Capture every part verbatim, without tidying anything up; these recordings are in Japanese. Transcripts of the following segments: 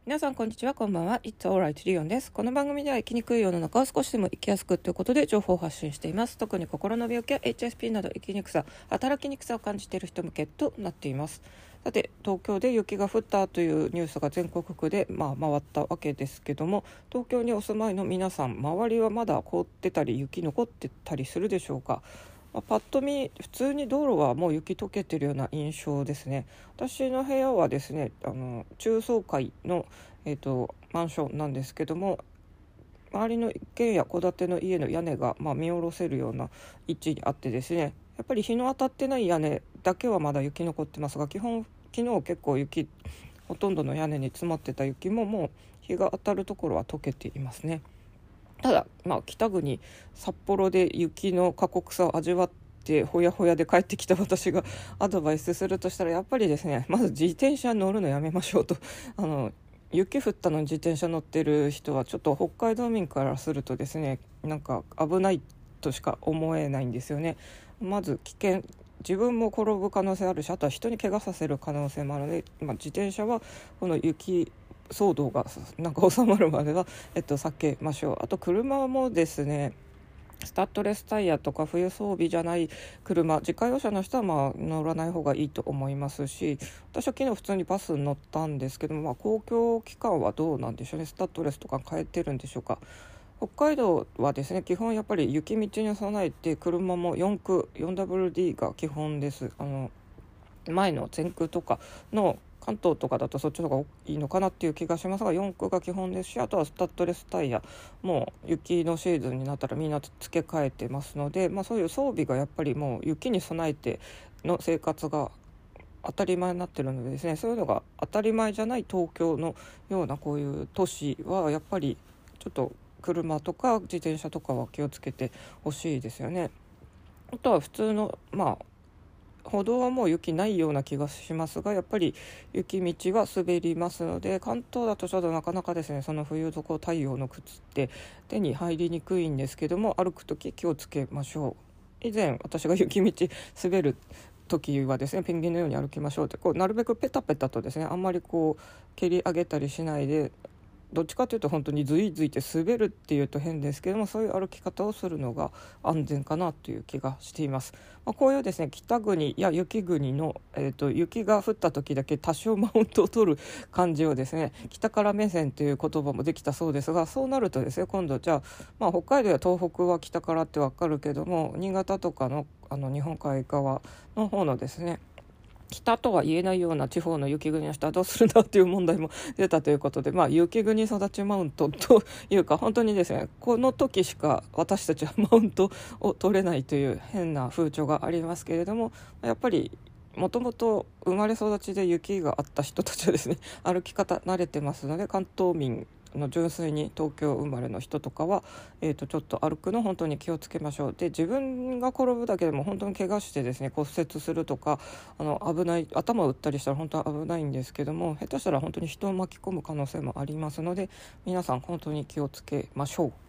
皆さんこんにちは、こんばんは。 It's alright リオンです。この番組では生きにくい世の中を少しでも生きやすくということで情報を発信しています。特に心の病気や エイチエスピー など生きにくさ、働きにくさを感じている人向けとなっています。さて、東京で雪が降ったというニュースが全国区で、まあ、回ったわけですけども、東京にお住まいの皆さん、周りはまだ凍ってたり雪残ってたりするでしょうか。まあ、パッと見普通に道路はもう雪解けてるような印象ですね。私の部屋はですね、あの中層階の、えーと、マンションなんですけども、周りの一軒家戸建ての家の屋根が、まあ、見下ろせるような位置にあってですね、やっぱり日の当たってない屋根だけはまだ雪残ってますが、基本昨日結構雪、ほとんどの屋根に積もってた雪ももう日が当たるところは溶けていますね。ただ、まあ、北国札幌で雪の過酷さを味わってほやほやで帰ってきた私がアドバイスするとしたら、やっぱりですね、まず自転車に乗るのやめましょうと。あの雪降ったのに自転車乗ってる人はちょっと北海道民からするとですね、なんか危ないとしか思えないんですよね。まず危険、自分も転ぶ可能性あるし、あとは人に怪我させる可能性もあるので、まあ、自転車はこの雪騒動がなんか収まるまでは、えっと、避けましょう。あと車もですね、スタッドレスタイヤとか冬装備じゃない車、自家用車の人はまあ乗らない方がいいと思いますし、私は昨日普通にバスに乗ったんですけども、まあ、公共機関はどうなんでしょうね。スタッドレスとか変えてるんでしょうか。北海道はですね、基本やっぱり雪道に備えて車もよんく フォーダブリューディー が基本です。あの前の前駆とかの関東とかだとそっちの方がいいのかなっていう気がしますが、よんくが基本ですし、あとはスタッドレスタイヤもう雪のシーズンになったらみんな付け替えてますので、まあ、そういう装備がやっぱりもう雪に備えての生活が当たり前になってるのでですね、そういうのが当たり前じゃない東京のようなこういう都市はやっぱりちょっと車とか自転車とかは気をつけてほしいですよね。あとは普通のまあ歩道はもう雪ないような気がしますが、やっぱり雪道は滑りますので、関東だとちょっとなかなかですね、その冬底対応の靴って手に入りにくいんですけども、歩くとき気をつけましょう。以前私が雪道滑る時はですね、ペンギンのように歩きましょうって、こうなるべくペタペタとですね、あんまりこう蹴り上げたりしないで、どっちかというと本当にズイズイって滑るっていうと変ですけども、そういう歩き方をするのが安全かなという気がしています。まあ、こういうですね、北国や雪国の、えーと、雪が降った時だけ多少マウントを取る感じをですね、北から目線という言葉もできたそうですが、そうなるとですね、今度じゃあ、まあ、北海道や東北は北からってわかるけども、新潟とかの、あの日本海側の方のですね、北とは言えないような地方の雪国の人はどうするんだっていう問題も出たということで、まあ、雪国育ちマウントというか、本当にですね、この時しか私たちはマウントを取れないという変な風潮がありますけれども、やっぱりもともと生まれ育ちで雪があった人たちはですね、歩き方慣れてますので、関東民の純粋に東京生まれの人とかは、えーと、ちょっと歩くの本当に気をつけましょう。で、自分が転ぶだけでも本当に怪我してですね、骨折するとか、あの危ない、頭を打ったりしたら本当は危ないんですけども、下手したら本当に人を巻き込む可能性もありますので、皆さん本当に気をつけましょう。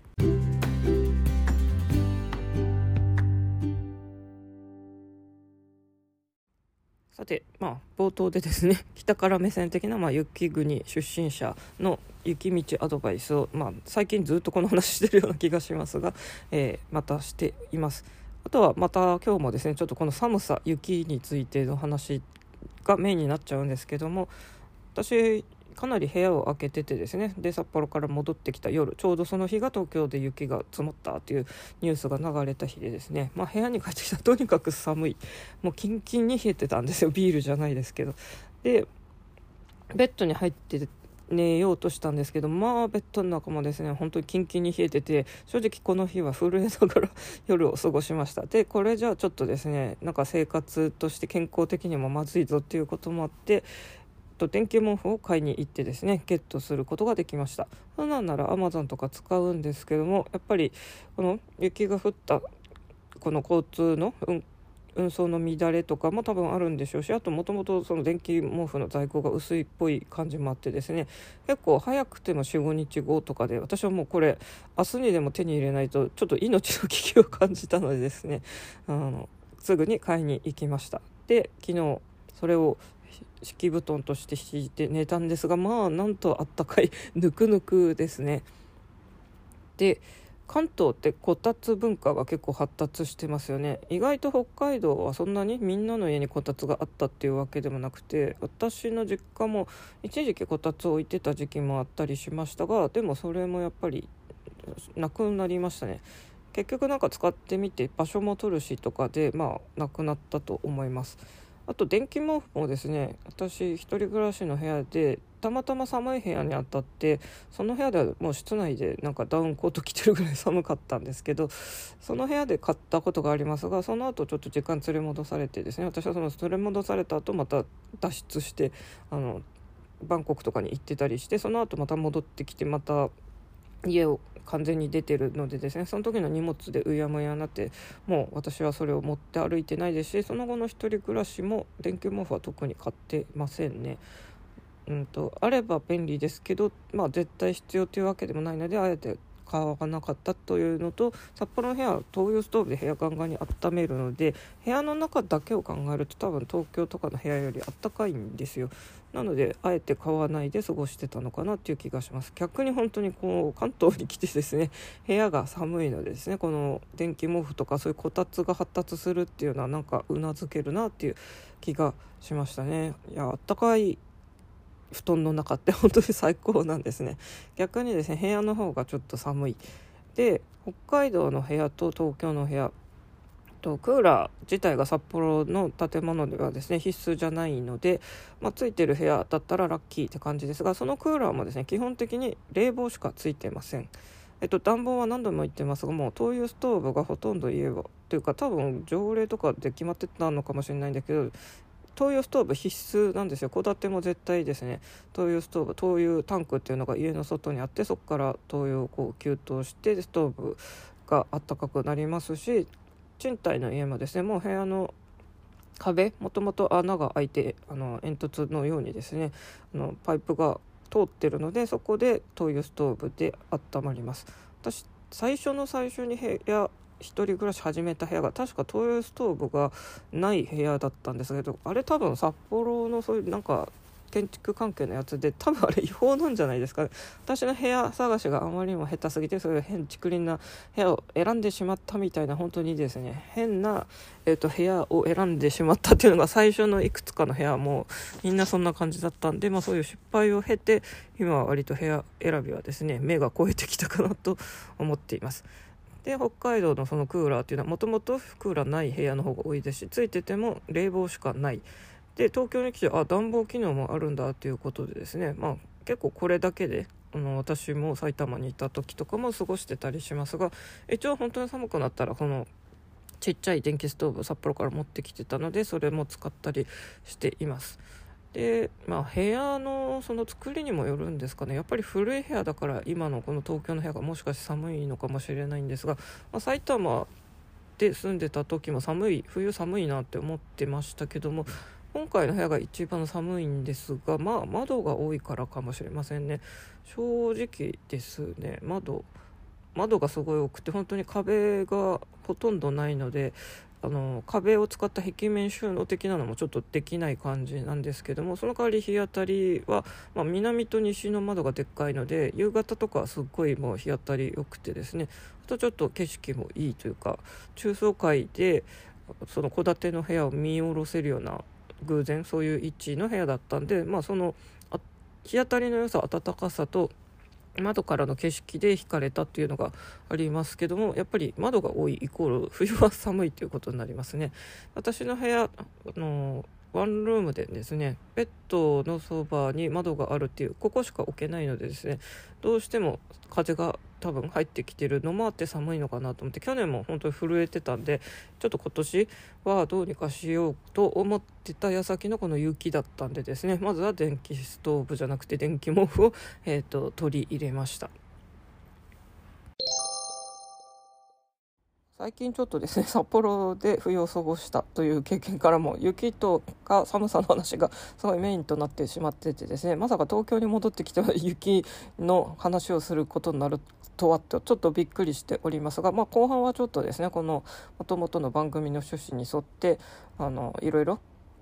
さて、まあ、冒頭でですね、北から目線的な、まあ、雪国出身者の雪道アドバイスを、まあ、最近ずっとこの話してるような気がしますが、えー、またしています。あとはまた今日もですね、ちょっとこの寒さ、雪についての話がメインになっちゃうんですけども、私かなり部屋を開けててですね、で札幌から戻ってきた夜、ちょうどその日が東京で雪が積もったというニュースが流れた日でですね、まあ、部屋に帰ってきたらとにかく寒い、もうキンキンに冷えてたんですよ。ビールじゃないですけど。でベッドに入って寝ようとしたんですけど、まあベッドの中もですね、本当にキンキンに冷えてて、正直この日は震えながら夜を過ごしました。でこれじゃあちょっとですね、なんか生活として健康的にもまずいぞっていうこともあって、と電気毛布を買いに行ってですね、ゲットすることができました。そんなんなら アマゾン とか使うんですけども、やっぱりこの雪が降ったこの交通の運運送の乱れとかも多分あるんでしょうし、あともともとその電気毛布の在庫が薄いっぽい感じもあってですね、結構早くても よん、ごにちごとかで、私はもうこれ明日にでも手に入れないとちょっと命の危機を感じたのでですね、あのすぐに買いに行きました。で昨日それを敷布団として敷いて寝たんですが、まあなんとあったかいぬくぬくですね。で関東ってこたつ文化が結構発達してますよね。意外と北海道はそんなにみんなの家にこたつがあったっていうわけでもなくて、私の実家も一時期こたつを置いてた時期もあったりしましたが、でもそれもやっぱりなくなりましたね。結局なんか使ってみて場所も取るしとかでまあなくなったと思います。あと電気毛布もですね、私一人暮らしの部屋でたまたま寒い部屋にあたって、その部屋ではもう室内でなんかダウンコート着てるぐらい寒かったんですけど、その部屋で買ったことがありますが、その後ちょっと時間連れ戻されてですね、私はその連れ戻された後また脱出してあのバンコクとかに行ってたりして、その後また戻ってきてまた家を完全に出てるのでですね、その時の荷物でうやむやになって、もう私はそれを持って歩いてないですし、その後の一人暮らしも電気毛布は特に買ってませんね。うんとあれば便利ですけど、まあ絶対必要というわけでもないので、あえて買わなかったというのと、札幌の部屋は灯油ストーブで部屋ガンガンに温めるので、部屋の中だけを考えると多分東京とかの部屋より暖かいんですよ。なのであえて買わないで過ごしてたのかなっていう気がします。逆に本当にこう関東に来てですね、部屋が寒いのでですね、この電気毛布とかそういうこたつが発達するっていうのはなんかうなずけるなっていう気がしましたね。いや、暖かい布団の中って本当に最高なんですね。逆にですね、部屋の方がちょっと寒い。で北海道の部屋と東京の部屋とクーラー自体が札幌の建物ではですね必須じゃないので、まあ、ついてる部屋だったらラッキーって感じですが、そのクーラーもですね基本的に冷房しかついてません。えっと、暖房は何度も言ってますが、もう灯油ストーブがほとんど言えばというか、多分条例とかで決まってたのかもしれないんだけど、灯油ストーブ必須なんですよ。戸建ても絶対ですね、灯油ストーブ、灯油タンクっていうのが家の外にあって、そこから灯油をこう給湯してストーブがあったかくなりますし、賃貸の家もですね、もう部屋の壁もともと穴が開いて、あの煙突のようにですね、あのパイプが通ってるので、そこで灯油ストーブで温まります。私最初の最初に部屋一人暮らし始めた部屋が確か灯油ストーブがない部屋だったんですけど、あれ多分札幌のそういうなんか建築関係のやつで、多分あれ違法なんじゃないですかね。私の部屋探しがあまりにも下手すぎて、そういう変竹林な部屋を選んでしまったみたいな、本当にですね変な、えーと、部屋を選んでしまったっていうのが、最初のいくつかの部屋もみんなそんな感じだったんで、まあ、そういう失敗を経て今は割と部屋選びはですね目が超えてきたかなと思っています。で北海道のそのクーラーっていうのはもともとクーラーない部屋の方が多いですし、ついてても冷房しかない。で東京に来てあ暖房機能もあるんだということでですね、まあ、結構これだけであの私も埼玉にいた時とかも過ごしてたりしますが、一応本当に寒くなったらこのちっちゃい電気ストーブを札幌から持ってきてたので、それも使ったりしています。で、まあ、部屋のその作りにもよるんですかね。やっぱり古い部屋だから今のこの東京の部屋がもしかして寒いのかもしれないんですが、まあ、埼玉で住んでた時も寒い冬寒いなって思ってましたけども、今回の部屋が一番寒いんですが、まあ窓が多いからかもしれませんね。正直ですね、窓窓がすごい多くて、本当に壁がほとんどないので、あの壁を使った壁面収納的なのもちょっとできない感じなんですけども、その代わり日当たりは、まあ、南と西の窓がでっかいので、夕方とかはすっごいもう日当たり良くてですね、あとちょっと景色もいいというか、中層階でその戸建ての部屋を見下ろせるような、偶然そういう位置の部屋だったんで、まあ、そのあ日当たりの良さ、暖かさと窓からの景色で惹かれたっていうのがありますけども、やっぱり窓が多いイコール冬は寒いということになりますね。私の部屋あのワンルームでですね、ベッドのそばに窓があるっていう、ここしか置けないのでですね、どうしても風が多分入ってきてるのもあって寒いのかなと思って、去年も本当に震えてたんで、ちょっと今年はどうにかしようと思ってた矢先のこの雪だったんでですね、まずは電気ストーブじゃなくて電気毛布を、えーと、取り入れました。最近ちょっとですね札幌で冬を過ごしたという経験からも、雪とか寒さの話がすごいメインとなってしまっててですね、まさか東京に戻ってきて雪の話をすることになるとはとちょっとびっくりしておりますが、まあ、後半はちょっとですねこの元々の番組の趣旨に沿ってあのいろいろ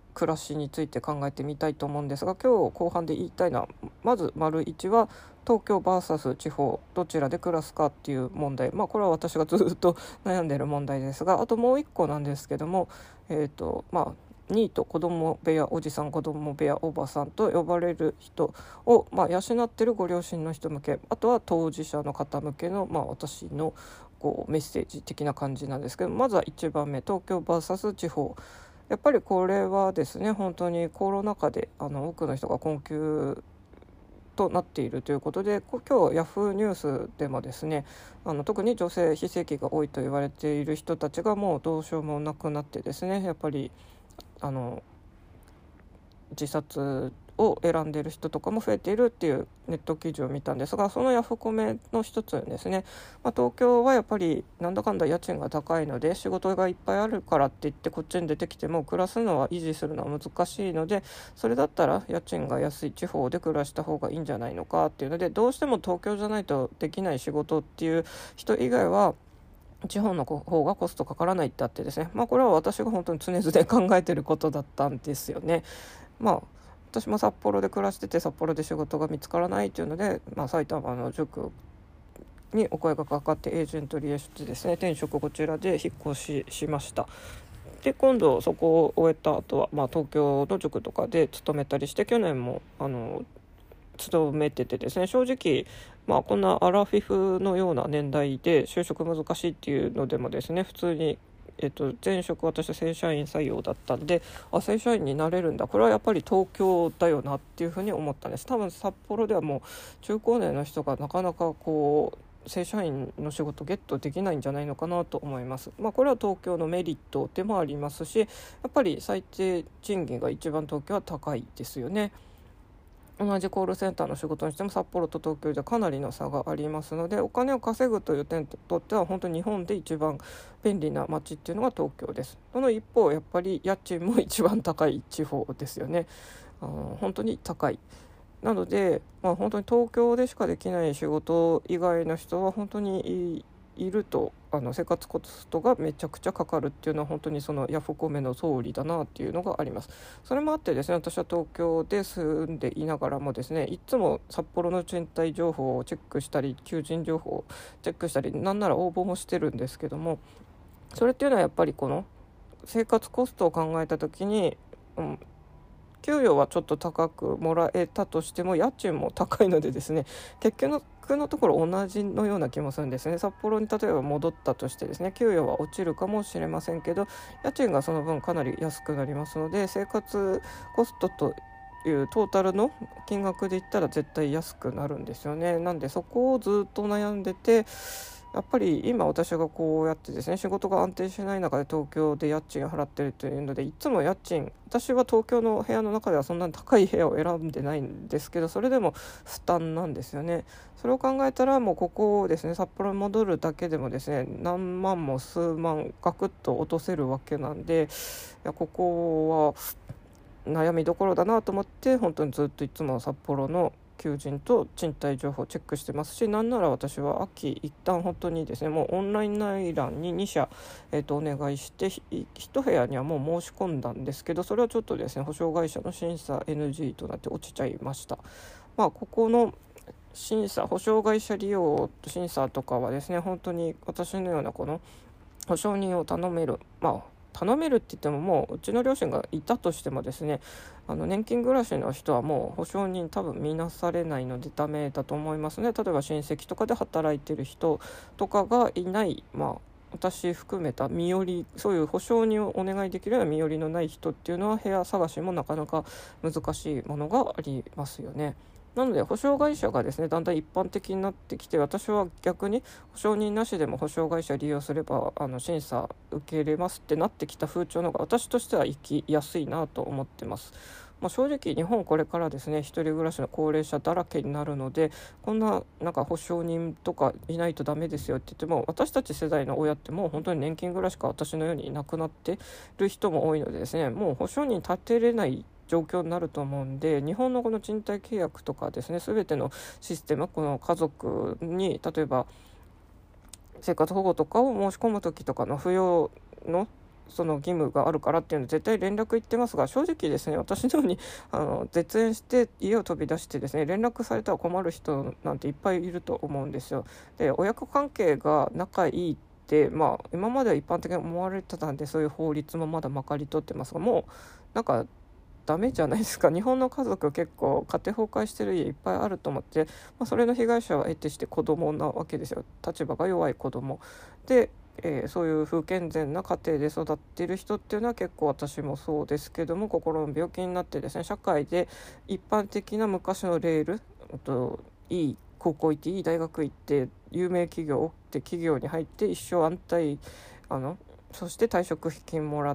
暮らしについて考えてみたいと思うんですが、今日後半で言いたいのは、まず丸いちは東京 ブイエス 地方どちらで暮らすかっていう問題、まあこれは私がずっと悩んでいる問題ですが、あともう一個なんですけども、えーとまあニート、子供部屋おじさん、子供部屋おばさんと呼ばれる人を、まあ、養ってるご両親の人向け、あとは当事者の方向けの、まあ、私のこうメッセージ的な感じなんですけど、まずはいちばんめ、東京 ブイエス 地方。やっぱりこれはですね、本当にコロナ禍であの多くの人が困窮となっているということで、今日ヤフーニュースでもですね、あの特に女性非正規が多いと言われている人たちがもうどうしようもなくなってですね、やっぱりあの自殺を選んでいる人とかも増えているっていうネット記事を見たんですが、そのヤフコメの一つですね、まあ、東京はやっぱりなんだかんだ家賃が高いので、仕事がいっぱいあるからって言ってこっちに出てきても暮らすのは維持するのは難しいので、それだったら家賃が安い地方で暮らした方がいいんじゃないのかっていうので、どうしても東京じゃないとできない仕事っていう人以外は地方の方がコストかからないってあってですね、まあこれは私が本当に常々考えていることだったんですよね。まあ私も札幌で暮らしてて、札幌で仕事が見つからないっていうので、まあ、埼玉の塾にお声がかかってエージェントリエしてですね、転職こちらで引っ越ししました。で今度そこを終えた後は、まあ、東京の塾とかで勤めたりして、去年もあの勤めててですね、正直、まあ、こんなアラフィフのような年代で就職難しいっていうのでもですね、普通にえっと、前職私は正社員採用だったんで、あ正社員になれるんだ、これはやっぱり東京だよなっていうふうに思ったんです。多分札幌ではもう中高年の人がなかなかこう正社員の仕事ゲットできないんじゃないのかなと思います。まあ、これは東京のメリットでもありますし、やっぱり最低賃金が一番東京は高いですよね。同じコールセンターの仕事にしても札幌と東京でかなりの差がありますので、お金を稼ぐという点にとっては本当に日本で一番便利な街っていうのが東京です。その一方、やっぱり家賃も一番高い地方ですよね。あの本当に高い。なので、まあ、本当に東京でしかできない仕事以外の人は本当にいると、あの生活コストがめちゃくちゃかかるっていうのは本当にそのヤフコメの通りだなっていうのがあります。それもあってですね、私は東京で住んでいながらもですね、いつも札幌の賃貸情報をチェックしたり、求人情報をチェックしたり、なんなら応募もしてるんですけども、それっていうのはやっぱりこの生活コストを考えた時に、うん給与はちょっと高くもらえたとしても家賃も高いのでですね、結局のところ同じのような気もするんですね。札幌に例えば戻ったとしてですね、給与は落ちるかもしれませんけど、家賃がその分かなり安くなりますので、生活コストというトータルの金額で言ったら絶対安くなるんですよね。なんでそこをずっと悩んでて、やっぱり今私がこうやってですね、仕事が安定しない中で東京で家賃払ってるというので、いつも家賃、私は東京の部屋の中ではそんなに高い部屋を選んでないんですけど、それでも負担なんですよね。それを考えたら、もうここをですね、札幌に戻るだけでもですね、何万も数万ガクッと落とせるわけなんで、いやここは悩みどころだなと思って、本当にずっといつも札幌の求人と賃貸情報をチェックしてますし、なんなら私は秋一旦本当にですね、もうオンライン内覧にに社、えー、とお願いしていち部屋にはもう申し込んだんですけど、それはちょっとですね、保証会社の審査 エヌジー となって落ちちゃいました。まあここの審査、保証会社利用審査とかはですね、本当に私のようなこの保証人を頼める、まあ頼めるって言っても、もううちの両親がいたとしてもですね、あの年金暮らしの人はもう保証人多分見なされないのでダメだと思いますね。例えば親戚とかで働いてる人とかがいない、まあ私含めた身寄り、そういう保証人をお願いできるような身寄りのない人っていうのは部屋探しもなかなか難しいものがありますよね。なので保証会社がですね、だんだん一般的になってきて、私は逆に保証人なしでも保証会社利用すればあの審査受け入れますってなってきた風潮の方が私としては生きやすいなと思ってます。まあ、正直日本これからですね、一人暮らしの高齢者だらけになるので、こんななんか保証人とかいないとダメですよって言っても、私たち世代の親ってもう本当に年金暮らしか私のようにいなくなってる人も多いのでですね、もう保証人立てれない状況になると思うんで、日本のこの賃貸契約とかですね、全てのシステム、この家族に例えば生活保護とかを申し込む時とかの扶養のその義務があるからっていうの絶対連絡言ってますが、正直ですね、私のようにあの絶縁して家を飛び出してですね、連絡されたら困る人なんていっぱいいると思うんですよ。で、親子関係が仲いいって、まあ、今までは一般的に思われてたんで、そういう法律もまだまかり通ってますが、もうなんかダメじゃないですか。日本の家族結構家庭崩壊してる家いっぱいあると思って、まあ、それの被害者は得てして子供なわけですよ。立場が弱い子供で、えー、そういう不健全な家庭で育っている人っていうのは結構、私もそうですけども、心の病気になってですね、社会で一般的な昔のレール、といい高校行っていい大学行って有名企業って企業に入って一生安泰、あのそして退職金もらって、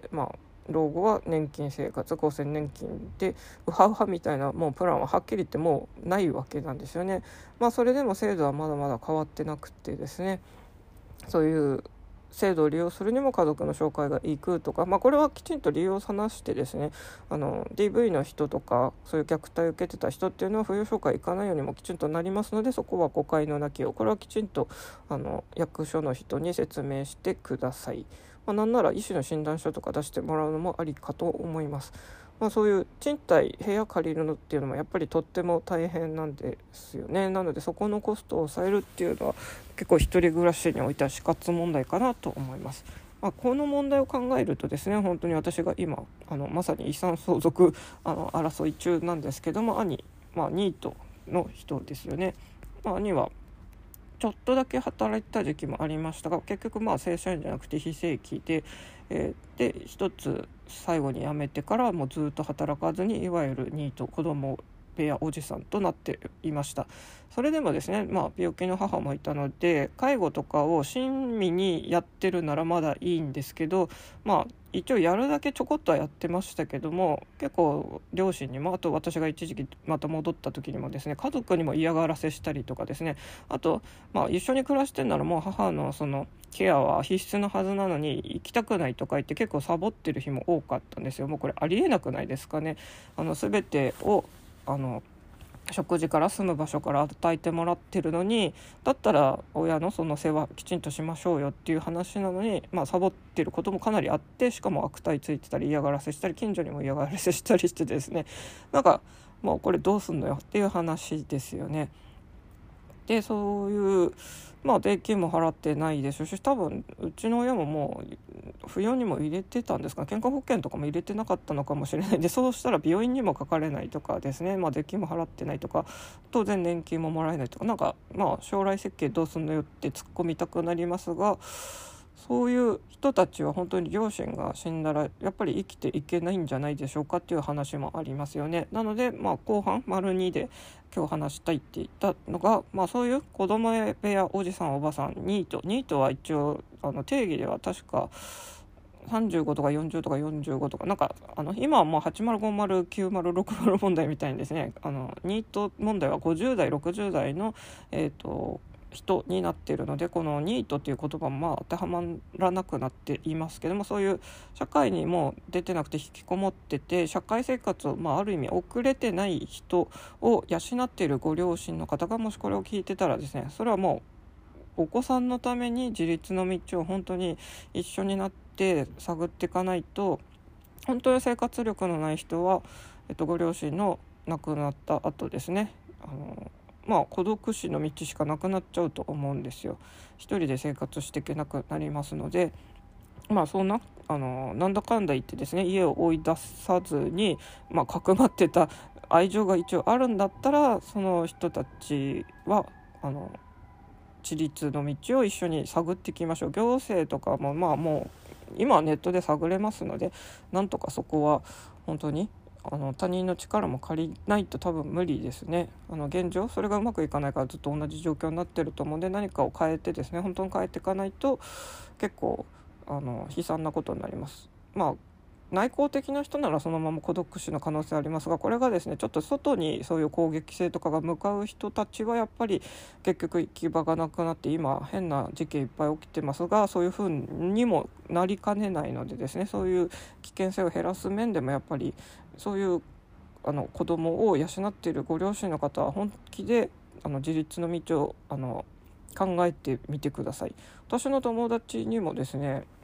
まあ老後は年金生活、厚生年金でウハウハみたいなもうプランははっきり言ってもうないわけなんですよね。まあそれでも制度はまだまだ変わってなくてですね、そういう制度を利用するにも家族の紹介がいくとか、まあ、これはきちんと利用を話してですね、あの ディーブイ の人とかそういう虐待を受けてた人っていうのは扶養紹介行かないようにもきちんとなりますので、そこは誤解のなきを、これはきちんとあの役所の人に説明してください。まあ、なんなら医師の診断書とか出してもらうのもありかと思います。まあ、そういう賃貸部屋借りるのっていうのもやっぱりとっても大変なんですよね。なのでそこのコストを抑えるっていうのは結構一人暮らしにおいては死活問題かなと思います。まあ、この問題を考えるとですね、本当に私が今あのまさに遺産相続あの争い中なんですけども、兄、まあ、ニートの人ですよね。まあ、兄はちょっとだけ働いた時期もありましたが、結局まあ正社員じゃなくて非正規で、えー、で一つ最後に辞めてからもうずっと働かずに、いわゆるニート子供部屋おじさんとなっていました。それでもですね、まあ、病気の母もいたので介護とかを親身にやってるならまだいいんですけど、まあ一応やるだけちょこっとはやってましたけども、結構両親にも、あと私が一時期また戻った時にもですね、家族にも嫌がらせしたりとかですね、あと、まあ、一緒に暮らしてるならもう母のそのケアは必須のはずなのに行きたくないとか言って結構サボってる日も多かったんですよ。もうこれありえなくないですかね。あの全てをあの食事から住む場所から与えてもらってるのに、だったら親のその世話きちんとしましょうよっていう話なのに、まあ、サボってることもかなりあって、しかも悪態ついてたり嫌がらせしたり、近所にも嫌がらせしたりしてですね、なんかもうこれどうすんのよっていう話ですよね。でそういうまあ税金も払ってないでしょうし、多分うちの親ももう扶養にも入れてたんですか、健康保険とかも入れてなかったのかもしれないで、そうしたら病院にもかかれないとかですね、まあ、税金も払ってないとか、当然年金ももらえないとか、なんかまあ将来設計どうすんのよって突っ込みたくなりますが、そういう人たちは本当に両親が死んだらやっぱり生きていけないんじゃないでしょうかっていう話もありますよね。なので、まあ、後半丸にで今日話したいって言ったのが、まあ、そういう子供部屋おじさんおばさんニートニートは一応あの定義では確かさんじゅうごとかよんじゅうとかよんじゅうごとか、なんかあの今はもうはちまるごまるきゅうまるろくまる問題みたいにですね、あのニート問題はごじゅう代ろくじゅう代のえっと人になっているので、このニートっていう言葉もまあ当てはまらなくなっていますけども、そういう社会にも出てなくて引きこもってて社会生活を、まあ、ある意味遅れてない人を養っているご両親の方がもしこれを聞いてたらですね、それはもうお子さんのために自立の道を本当に一緒になって探っていかないと、本当に生活力のない人は、えっと、ご両親の亡くなった後ですね、あのまあ、孤独死の道しかなくなっちゃうと思うんですよ。一人で生活していけなくなりますので、まあそんなあのなんだかんだ言ってですね、家を追い出さずに、まあ、かくまってた愛情が一応あるんだったら、その人たちはあの自立の道を一緒に探っていきましょう。行政とかもまあもう今はネットで探れますので、なんとかそこは本当にあの他人の力も借りないと多分無理ですね。あの現状それがうまくいかないからずっと同じ状況になってると思うんで、何かを変えてですね、本当に変えていかないと結構あの悲惨なことになります。まあ内向的な人ならそのまま孤独死の可能性ありますが、これがですねちょっと外にそういう攻撃性とかが向かう人たちはやっぱり結局行き場がなくなって、今変な事件いっぱい起きてますが、そういう風にもなりかねないのでですね、そういう危険性を減らす面でもやっぱりそういうあの子供を養っているご両親の方は本気であの自立の道をあの考えてみてください。私の友達にもですね、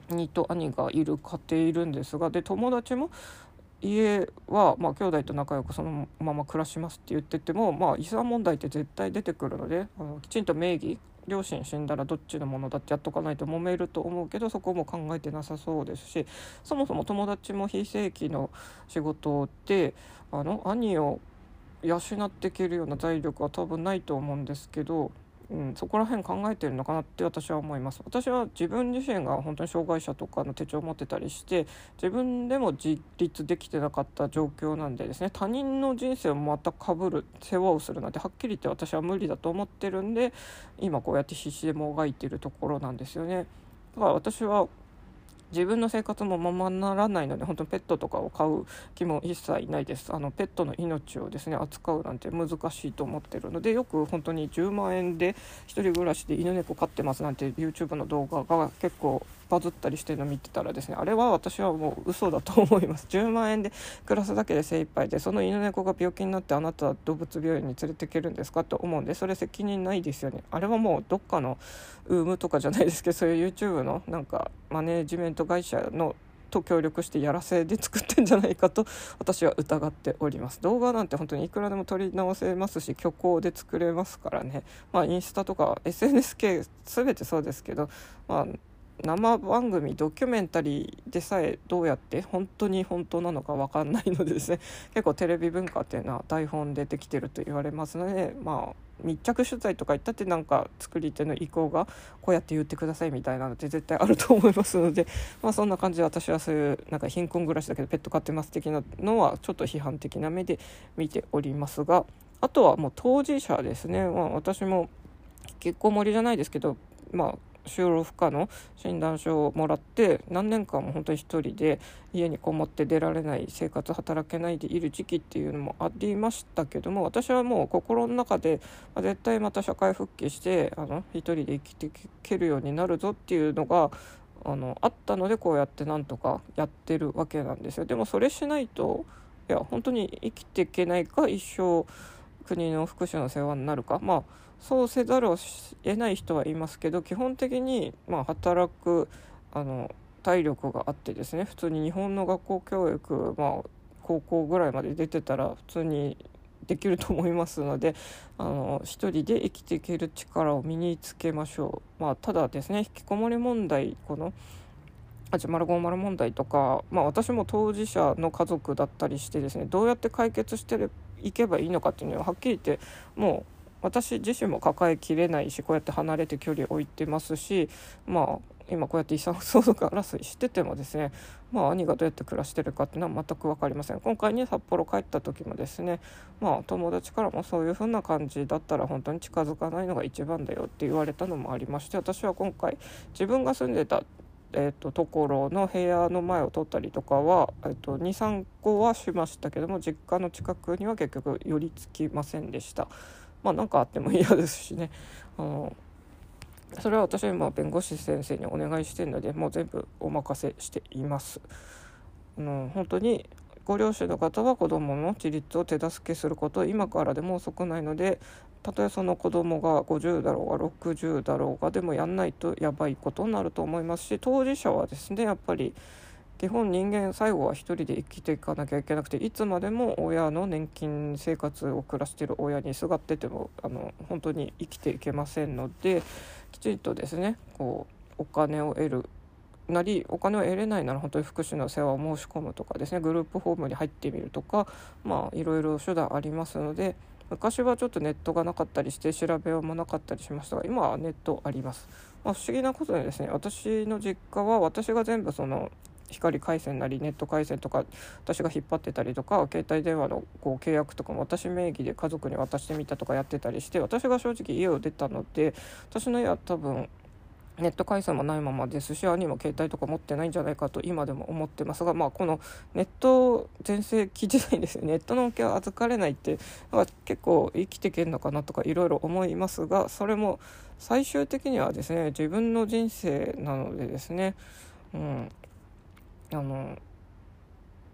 にと兄がいる家庭いるんですが、で友達も家は、まあ、兄弟と仲良くそのまま暮らしますって言ってても、まあ、遺産問題って絶対出てくるので、あのきちんと名義両親死んだらどっちのものだってやっとかないと揉めると思うけど、そこも考えてなさそうですし、そもそも友達も非正規の仕事であの兄を養っていけるような財力は多分ないと思うんですけど、うん、そこら辺考えてるのかなって私は思います。私は自分自身が本当に障害者とかの手帳を持ってたりして自分でも自立できてなかった状況なんでですね、他人の人生をまた被る世話をするなんてはっきり言って私は無理だと思ってるんで、今こうやって必死でもがいているところなんですよね。だから私は自分の生活もままならないので、本当にペットとかを飼う気も一切ないです。あのペットの命をですね扱うなんて難しいと思ってるので、よく本当にじゅうまんえんで一人暮らしで犬猫飼ってますなんて YouTube の動画が結構バズったりしてるのを見てたらですね、あれは私はもう嘘だと思います。じゅうまんえんで暮らすだけで精一杯で、その犬猫が病気になってあなたは動物病院に連れて行けるんですかと思うんで、それ責任ないですよね。あれはもうどっかのウームとかじゃないですけど、そういう YouTube のなんかマネージメント会社のと協力してやらせで作ってんじゃないかと私は疑っております。動画なんて本当にいくらでも撮り直せますし、虚構で作れますからね。まあインスタとか エスエヌエス 系全てそうですけど、まあ生番組ドキュメンタリーでさえどうやって本当に本当なのか分かんないのでですね、結構テレビ文化っていうのは台本でできてると言われますので、まあ密着取材とか言ったってなんか作り手の意向がこうやって言ってくださいみたいなのって絶対あると思いますので、まあそんな感じで私はそういうなんか貧困暮らしだけどペット飼ってます的なのはちょっと批判的な目で見ておりますが、あとはもう当事者ですね。まあ私も結構盛りじゃないですけど、まあ就労不可の診断書をもらって何年間も本当に一人で家にこもって出られない生活働けないでいる時期っていうのもありましたけども、私はもう心の中で絶対また社会復帰してあの一人で生きていけるようになるぞっていうのがあのあったので、こうやってなんとかやってるわけなんですよ。でもそれしないといや本当に生きていけないか、一生国の福祉の世話になるか、まあそうせざるを得ない人はいますけど、基本的にまあ働くあの体力があってですね、普通に日本の学校教育、まあ、高校ぐらいまで出てたら普通にできると思いますので、あの一人で生きていける力を身につけましょう。まあ、ただですね、引きこもり問題、このはちまるごまる問題とか、まあ、私も当事者の家族だったりしてですね、どうやって解決していけばいいのかっていうのははっきり言ってもう私自身も抱えきれないし、こうやって離れて距離を置いてますし、まあ今こうやって遺産相続争いしててもですね、まあ兄がどうやって暮らしてるかっていうのは全く分かりません。今回に札幌帰った時もですね、まあ友達からもそういう風な感じだったら本当に近づかないのが一番だよって言われたのもありまして、私は今回自分が住んでたえー、とところの部屋の前を通ったりとかは、えー、とにさんこはしましたけども、実家の近くには結局寄りつきませんでした。まあ何かあっても嫌ですしね、あのそれは私は今弁護士先生にお願いしているので、もう全部お任せしています。あの本当にご両親の方は子どもの自立を手助けすること、今からでも遅くないので、たとえその子どもがごじゅうだろうがろくじゅうだろうがでもやんないとやばいことになると思いますし、当事者はですねやっぱり基本人間最後は一人で生きていかなきゃいけなくて、いつまでも親の年金生活を暮らしている親にすがっててもあの本当に生きていけませんので、きちんとですねこうお金を得るなり、お金を得れないなら本当に福祉の世話を申し込むとかですね、グループホームに入ってみるとか、まあいろいろ手段ありますので、昔はちょっとネットがなかったりして調べようもなかったりしましたが、今はネットあります。まあ、不思議なことでですね、私の実家は私が全部その光回線なりネット回線とか私が引っ張ってたりとか、携帯電話のこう契約とかも私名義で家族に渡してみたとかやってたりして、私が正直家を出たので、私の家は多分ネット回線もないままですし、兄も携帯とか持ってないんじゃないかと今でも思ってますが、まあ、このネット全盛期時代ですね、ネットの恩恵は預かれないって結構生きていけるのかなとかいろいろ思いますが、それも最終的にはですね自分の人生なのでですね、うん、あの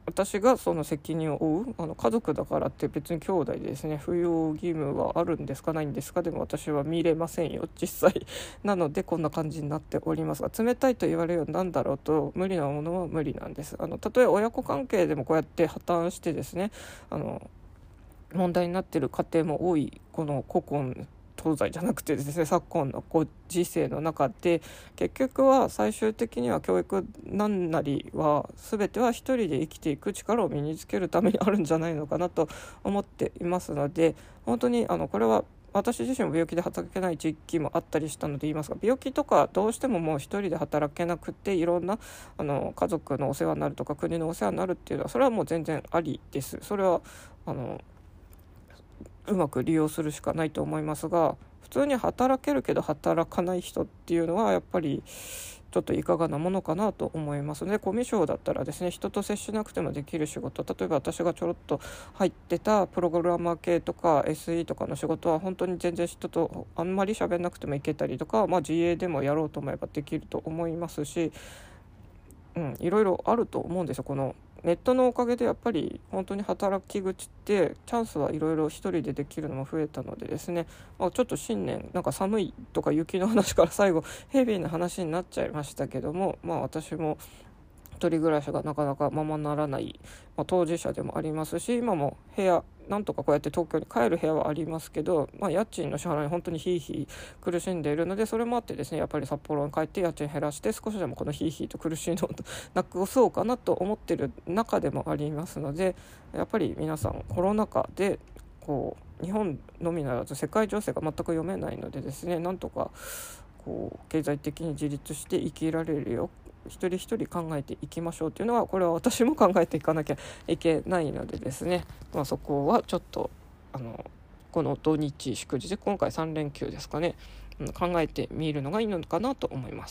私がその責任を負う、あの家族だからって別に兄弟でですね扶養義務はあるんですかないんですか、でも私は見れませんよ実際なのでこんな感じになっておりますが、冷たいと言われるようなんだろうと無理なものは無理なんです。あのたとえ親子関係でもこうやって破綻してですね、あの問題になっている家庭も多いこの古今東西じゃなくてですね、昨今のご時世の中で結局は最終的には教育なんなりは全ては一人で生きていく力を身につけるためにあるんじゃないのかなと思っていますので、本当にあのこれは私自身も病気で働けない時期もあったりしたので言いますが、病気とかどうしてももう一人で働けなくていろんなあの家族のお世話になるとか国のお世話になるっていうのはそれはもう全然ありです。それはあのうまく利用するしかないと思いますが、普通に働けるけど働かない人っていうのはやっぱりちょっといかがなものかなと思いますね。コミュ障だったらですね、人と接しなくてもできる仕事、例えば私がちょろっと入ってたプログラマー系とか エスイー とかの仕事は本当に全然人とあんまり喋んなくてもいけたりとか、まあ、自営でもやろうと思えばできると思いますし、うん、いろいろあると思うんですよ。このネットのおかげでやっぱり本当に働き口ってチャンスはいろいろ一人でできるのも増えたのでですね、まあ、ちょっと新年なんか寒いとか雪の話から最後ヘビーな話になっちゃいましたけども、まあ私も一人暮らしがなかなかままならない、まあ、当事者でもありますし、今も部屋なんとかこうやって東京に帰る部屋はありますけど、まあ、家賃の支払いに本当にヒーヒー苦しんでいるので、それもあってですね、やっぱり札幌に帰って家賃減らして少しでもこのヒーヒーと苦しいのをなくそうかなと思っている中でもありますので、やっぱり皆さんコロナ禍でこう日本のみならず世界情勢が全く読めないのでですね、なんとかこう経済的に自立して生きられるよ一人一人考えていきましょうというのは、これは私も考えていかなきゃいけないのでですね、まあ、そこはちょっとあのこの土日祝日で今回さん連休ですかね、考えてみるのがいいのかなと思います。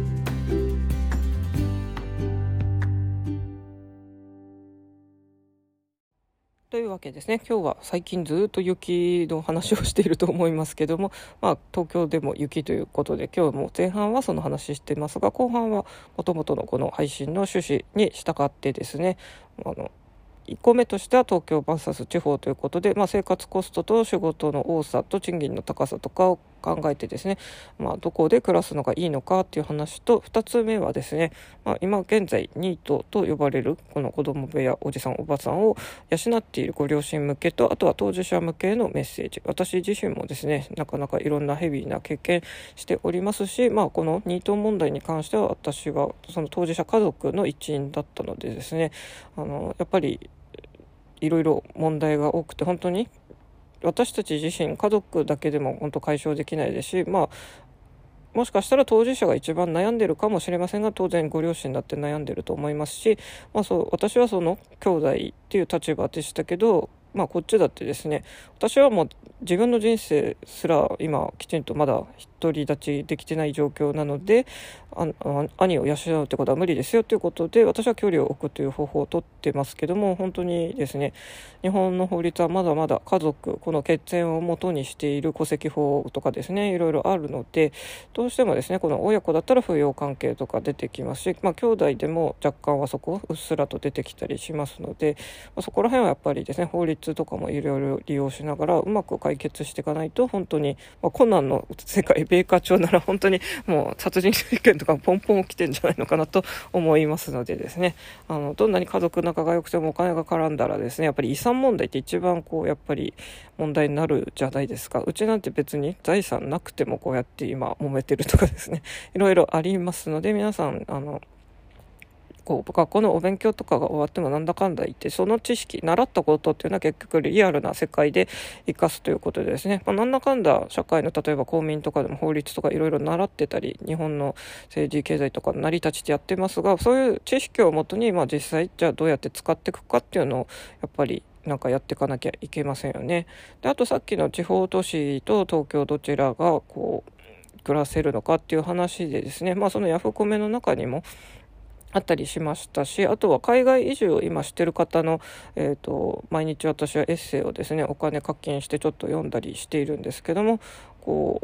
というわけですね、今日は最近ずっと雪の話をしていると思いますけども、まあ、東京でも雪ということで今日も前半はその話してますが、後半はもともとのこの配信の趣旨に従ってですね、あのいっこめとしては東京 ブイエス 地方ということで、まあ、生活コストと仕事の多さと賃金の高さとかを考えてですね、まあ、どこで暮らすのがいいのかっていう話と、ふたつめはですね、まあ、今現在ニートと呼ばれるこの子供部屋おじさんおばさんを養っているご両親向けと、あとは当事者向けのメッセージ。私自身もですね、なかなかいろんなヘビーな経験しておりますし、まあ、このニート問題に関しては私はその当事者家族の一員だったのでですね、あのやっぱりいろいろ問題が多くて、本当に私たち自身家族だけでも本当解消できないですし、まあもしかしたら当事者が一番悩んでるかもしれませんが、当然ご両親だって悩んでると思いますし、まあ、そう私はその兄弟っていう立場でしたけど、まあ、こっちだってですね、私はもう自分の人生すら今きちんとまだ独り立ちできてない状況なので、ああ兄を養うってことは無理ですよということで、私は距離を置くという方法をとってますけども、本当にですね、日本の法律はまだまだ家族、この血縁を元にしている戸籍法とかですね、いろいろあるので、どうしてもですね、この親子だったら扶養関係とか出てきますし、まあ、兄弟でも若干はそこうっすらと出てきたりしますので、まあ、そこら辺はやっぱりですね、法律とかもいろいろ利用しながらうまく解決していかないと、本当に、まあ、コナンの世界米花町なら本当にもう殺人事件とかポンポン起きてるんじゃないのかなと思いますのでですね、あのどんなに家族仲が良くてもお金が絡んだらですね、やっぱり遺産問題って一番こうやっぱり問題になるじゃないですか。うちなんて別に財産なくてもこうやって今揉めてるとかですね、いろいろありますので、皆さんあのこう学校のお勉強とかが終わってもなんだかんだ言って、その知識習ったことっていうのは結局リアルな世界で生かすということでですね、まあ、なんだかんだ社会の例えば公民とかでも法律とかいろいろ習ってたり、日本の政治経済とか成り立ちってやってますが、そういう知識をもとに、まあ、実際じゃあどうやって使っていくかっていうのをやっぱりなんかやっていかなきゃいけませんよね。で、あとさっきの地方都市と東京どちらがこう暮らせるのかっていう話でですね、まあそのヤフコメの中にもあったりしましたし、あとは海外移住を今してる方の、えーと、毎日私はエッセイをですね、お金課金してちょっと読んだりしているんですけども、こう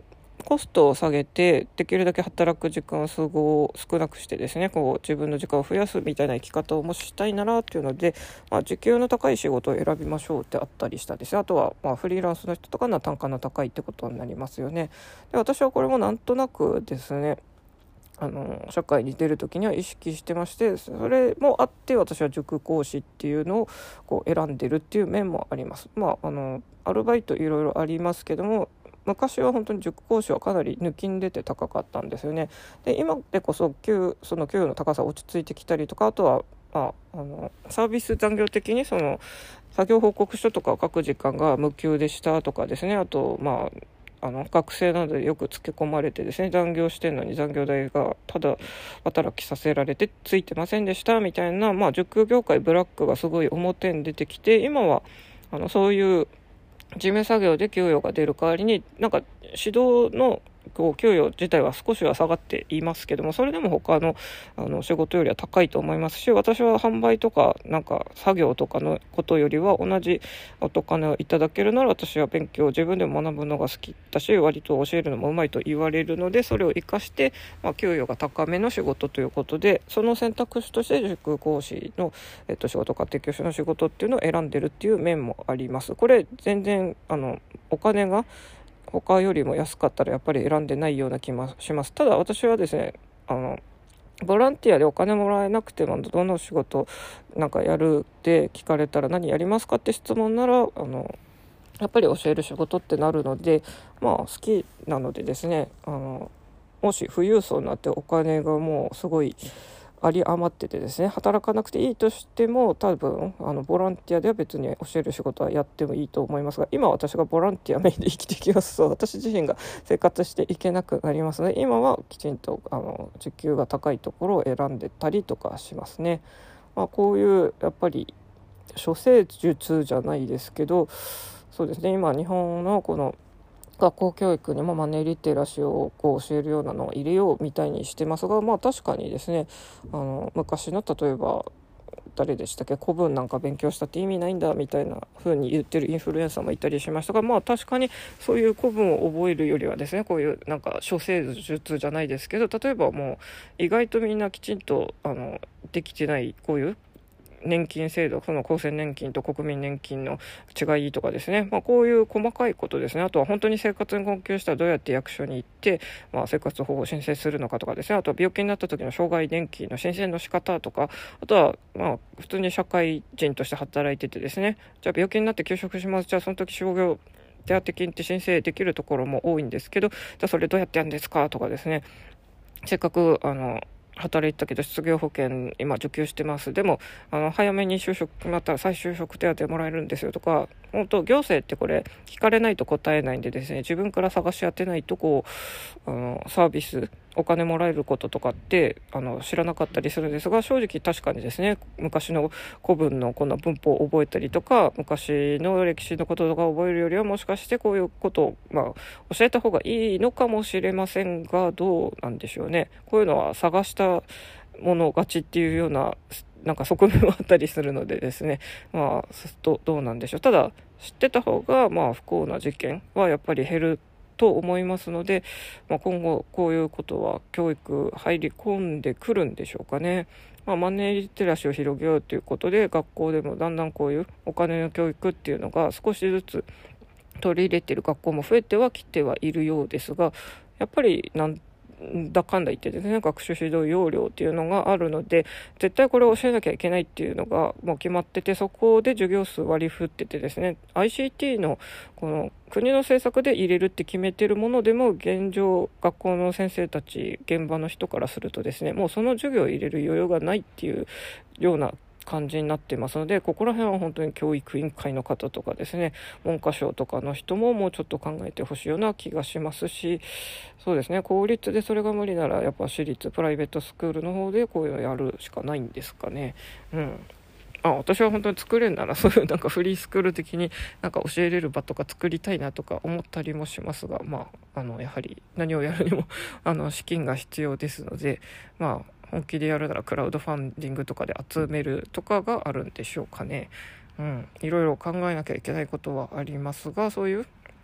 コストを下げてできるだけ働く時間をすご少なくしてですね、こう自分の時間を増やすみたいな生き方をもししたいならっていうので、まあ、時給の高い仕事を選びましょうってあったりしたですね。あとはまあフリーランスの人とかの単価の高いってことになりますよね。で私はこれもなんとなくですね、あの社会に出る時には意識してまして、それもあって私は塾講師っていうのをこう選んでるっていう面もあります。まああのアルバイトいろいろありますけども、昔は本当に塾講師はかなり抜きん出て高かったんですよね。で今でこそ給その給与の高さ落ち着いてきたりとか、あとは、まあ、あのサービス残業的にその作業報告書とかを書く時間が無給でしたとかですね、あとまああの学生などでよくつけ込まれてですね、残業してんのに残業代がただ働きさせられてついてませんでしたみたいな、まあ、塾業界ブラックがすごい表に出てきて、今はあのそういう事務作業で給与が出る代わりになんか指導のこう給与自体は少しは下がっていますけども、それでも他の、あの仕事よりは高いと思いますし、私は販売とかなんか作業とかのことよりは同じお金をいただけるなら、私は勉強自分でも学ぶのが好きだし、割と教えるのもうまいと言われるので、それを活かして、まあ、給与が高めの仕事ということで、その選択肢として塾講師の、えっと、仕事、家庭教師の仕事っていうのを選んでるっていう面もあります。これ全然あのお金が他よりも安かったらやっぱり選んでないような気もします。ただ私はですね、あのボランティアでお金もらえなくてもどの仕事なんかやるって聞かれたら何やりますかって質問なら、あのやっぱり教える仕事ってなるので、まあ好きなのでですね、あのもし富裕層になってお金がもうすごい有り余っててですね、働かなくていいとしても多分あのボランティアでは別に教える仕事はやってもいいと思いますが、今私がボランティアメインで生きていきますと、私自身が生活していけなくなりますので、今はきちんとあの時給が高いところを選んでたりとかしますね。まあ、こういうやっぱり処世術じゃないですけど、そうですね、今日本のこの学校教育にもマネーリテラシーをこう教えるようなのを入れようみたいにしてますが、まあ確かにですね、あの昔の例えば誰でしたっけ、古文なんか勉強したって意味ないんだみたいな風に言ってるインフルエンサーもいたりしましたが、まあ確かにそういう古文を覚えるよりはですね、こういうなんか処世術じゃないですけど、例えばもう意外とみんなきちんとあのできてないこういう年金制度、その厚生年金と国民年金の違いとかですね、まあ、こういう細かいことですね。あとは本当に生活に困窮したらどうやって役所に行って、まあ、生活保護を申請するのかとかですね、あとは病気になった時の障害年金の申請の仕方とか、あとはまあ普通に社会人として働いててですね、じゃあ病気になって休職します、じゃあその時傷病手当金って申請できるところも多いんですけど、じゃあそれどうやってやるんですかとかですね、せっかくあの働いてたけど失業保険今受給してます、でもあの早めに就職決まったら再就職手当もらえるんですよとか、本当行政ってこれ聞かれないと答えないんでですね、自分から探し当てないとこうあのサービスお金もらえることとかってあの知らなかったりするんですが、正直確かにですね、昔の古文のこんな文法を覚えたりとか、昔の歴史のこととか覚えるよりは、もしかしてこういうことを、まあ、教えた方がいいのかもしれませんが、どうなんでしょうね。こういうのは探したもの勝ちっていうようななんか側面はあったりするのでですね、まあどどうなんでしょう。ただ知ってた方がまあ不幸な事件はやっぱり減ると思いますので、まあ、今後こういうことは教育入り込んでくるんでしょうかね。まあ、マネーリテラシーを広げようということで、学校でもだんだんこういうお金の教育っていうのが少しずつ取り入れている学校も増えてはきてはいるようですが、やっぱりなんだかんだ言ってですね、学習指導要領っていうのがあるので、絶対これを教えなきゃいけないっていうのがもう決まってて、そこで授業数割り振っててですね、 アイシーティー のこの国の政策で入れるって決めてるものでも、現状学校の先生たち現場の人からするとですね、もうその授業を入れる余裕がないっていうような感じになってますので、ここら辺は本当に教育委員会の方とかですね、文科省とかの人ももうちょっと考えてほしいような気がしますし、そうですね、公立でそれが無理ならやっぱ私立プライベートスクールの方でこういうのやるしかないんですかね。うんあ私は本当に作れるならそういうなんかフリースクール的になんか教えれる場とか作りたいなとか思ったりもしますが、まあ、あのやはり何をやるにもあの資金が必要ですので、まあ本気でやるならクラウドファンディングとかで集めるとかがあるんでしょうかね。うん、いろいろ考えなきゃいけないことはありますが、そういう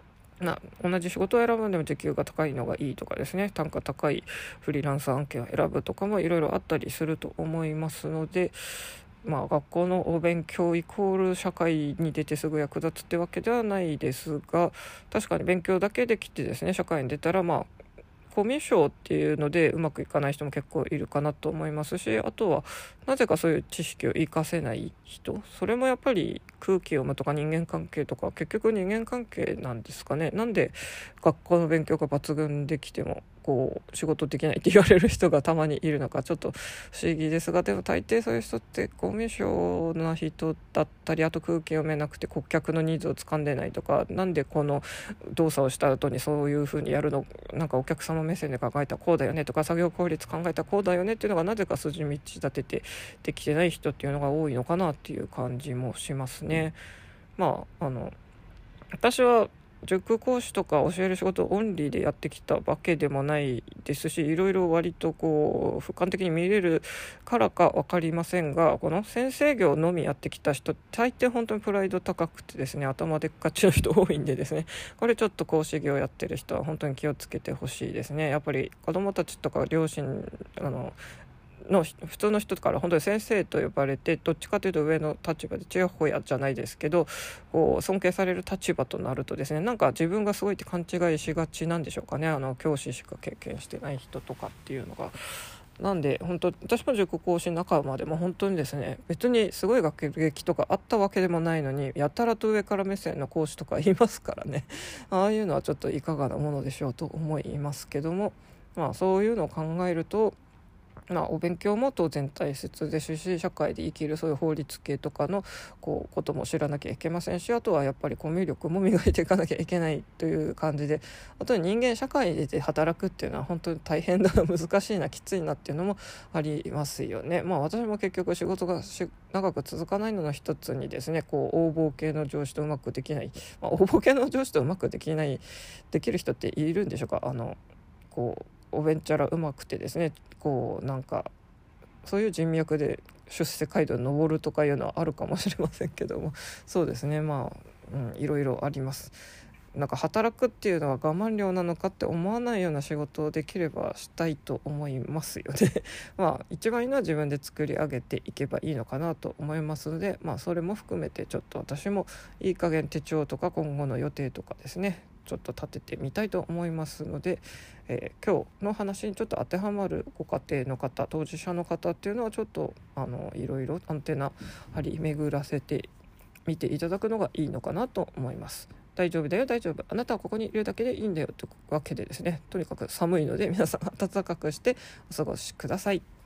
な同じ仕事を選ぶのでも時給が高いのがいいとかですね、単価高いフリーランス案件を選ぶとかもいろいろあったりすると思いますので、まあ、学校のお勉強イコール社会に出てすぐ役立つってわけではないですが、確かに勉強だけできてですね、社会に出たらまあコミュ障っていうのでうまくいかない人も結構いるかなと思いますし、あとはなぜかそういう知識を活かせない人、それもやっぱり空気読むとか人間関係とか、結局人間関係なんですかね。なんで学校の勉強が抜群できてもこう仕事できないって言われる人がたまにいるのかちょっと不思議ですが、でも大抵そういう人ってコミュ障な人だったり、あと空気読めなくて顧客のニーズを掴んでないとか、なんでこの動作をした後にそういう風にやるの、なんかお客様目線で考えたらこうだよねとか、作業効率考えたらこうだよねっていうのがなぜか筋道立ててできてない人っていうのが多いのかなっていう感じもしますね。まああの私は塾講師とか教える仕事をオンリーでやってきたわけでもないですし、いろいろ割とこう俯瞰的に見れるからか分かりませんが、この先生業のみやってきた人大抵本当にプライド高くてですね、頭でっかちの人多いんでですね、これちょっと講師業やってる人は本当に気をつけてほしいですね。やっぱり子どもたちとか両親あのの普通の人から本当に先生と呼ばれて、どっちかというと上の立場でちやほやじゃないですけどこう尊敬される立場となるとですね、なんか自分がすごいって勘違いしがちなんでしょうかね。あの教師しか経験してない人とかっていうのが。なんで本当私も塾講師仲間でも本当にですね、別にすごい学歴とかあったわけでもないのにやたらと上から目線の講師とかいますからね。ああいうのはちょっといかがなものでしょうと思いますけども、まあそういうのを考えると、まあ、お勉強も当然大切ですし、社会で生きるそういう法律系とかのこうことも知らなきゃいけませんし、あとはやっぱりコミュ力も磨いていかなきゃいけないという感じで、あと人間社会で働くっていうのは本当に大変だな、難しいな、きついなっていうのもありますよね。まあ私も結局仕事がし長く続かないのの一つにですね、こう横暴系の上司とうまくできない、まあ、横暴系の上司とうまくできないできる人っているんでしょうか。あのこうおべんちゃらうまくてですね、こうなんかそういう人脈で出世街道に登るとかいうのはあるかもしれませんけども、そうですね、まあ、うん、いろいろあります。なんか働くっていうのは我慢量なのかって思わないような仕事をできればしたいと思いますよねまあ一番いいのは自分で作り上げていけばいいのかなと思いますので、まあそれも含めてちょっと私もいい加減手帳とか今後の予定とかですね、ちょっと立ててみたいと思いますので、えー、今日の話にちょっと当てはまるご家庭の方、当事者の方っていうのはちょっとあのいろいろアンテナ張り巡らせてみていただくのがいいのかなと思います。大丈夫だよ大丈夫、あなたはここにいるだけでいいんだよというわけでですね、とにかく寒いので皆さん暖かくしてお過ごしください。